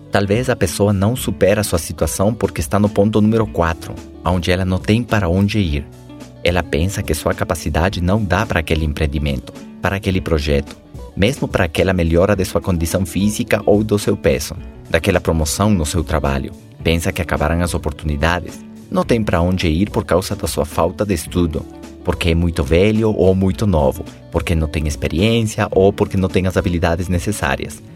Talvez a pessoa não supera sua situação porque está no ponto número 4, onde ela não tem para onde ir. Ela pensa que sua capacidade não dá para aquele empreendimento, para aquele projeto, mesmo para aquela melhora de sua condição física ou do seu peso, daquela promoção no seu trabalho. Pensa que acabarão as oportunidades. Não tem para onde ir por causa da sua falta de estudo, porque é muito velho ou muito novo, porque não tem experiência ou porque não tem as habilidades necessárias.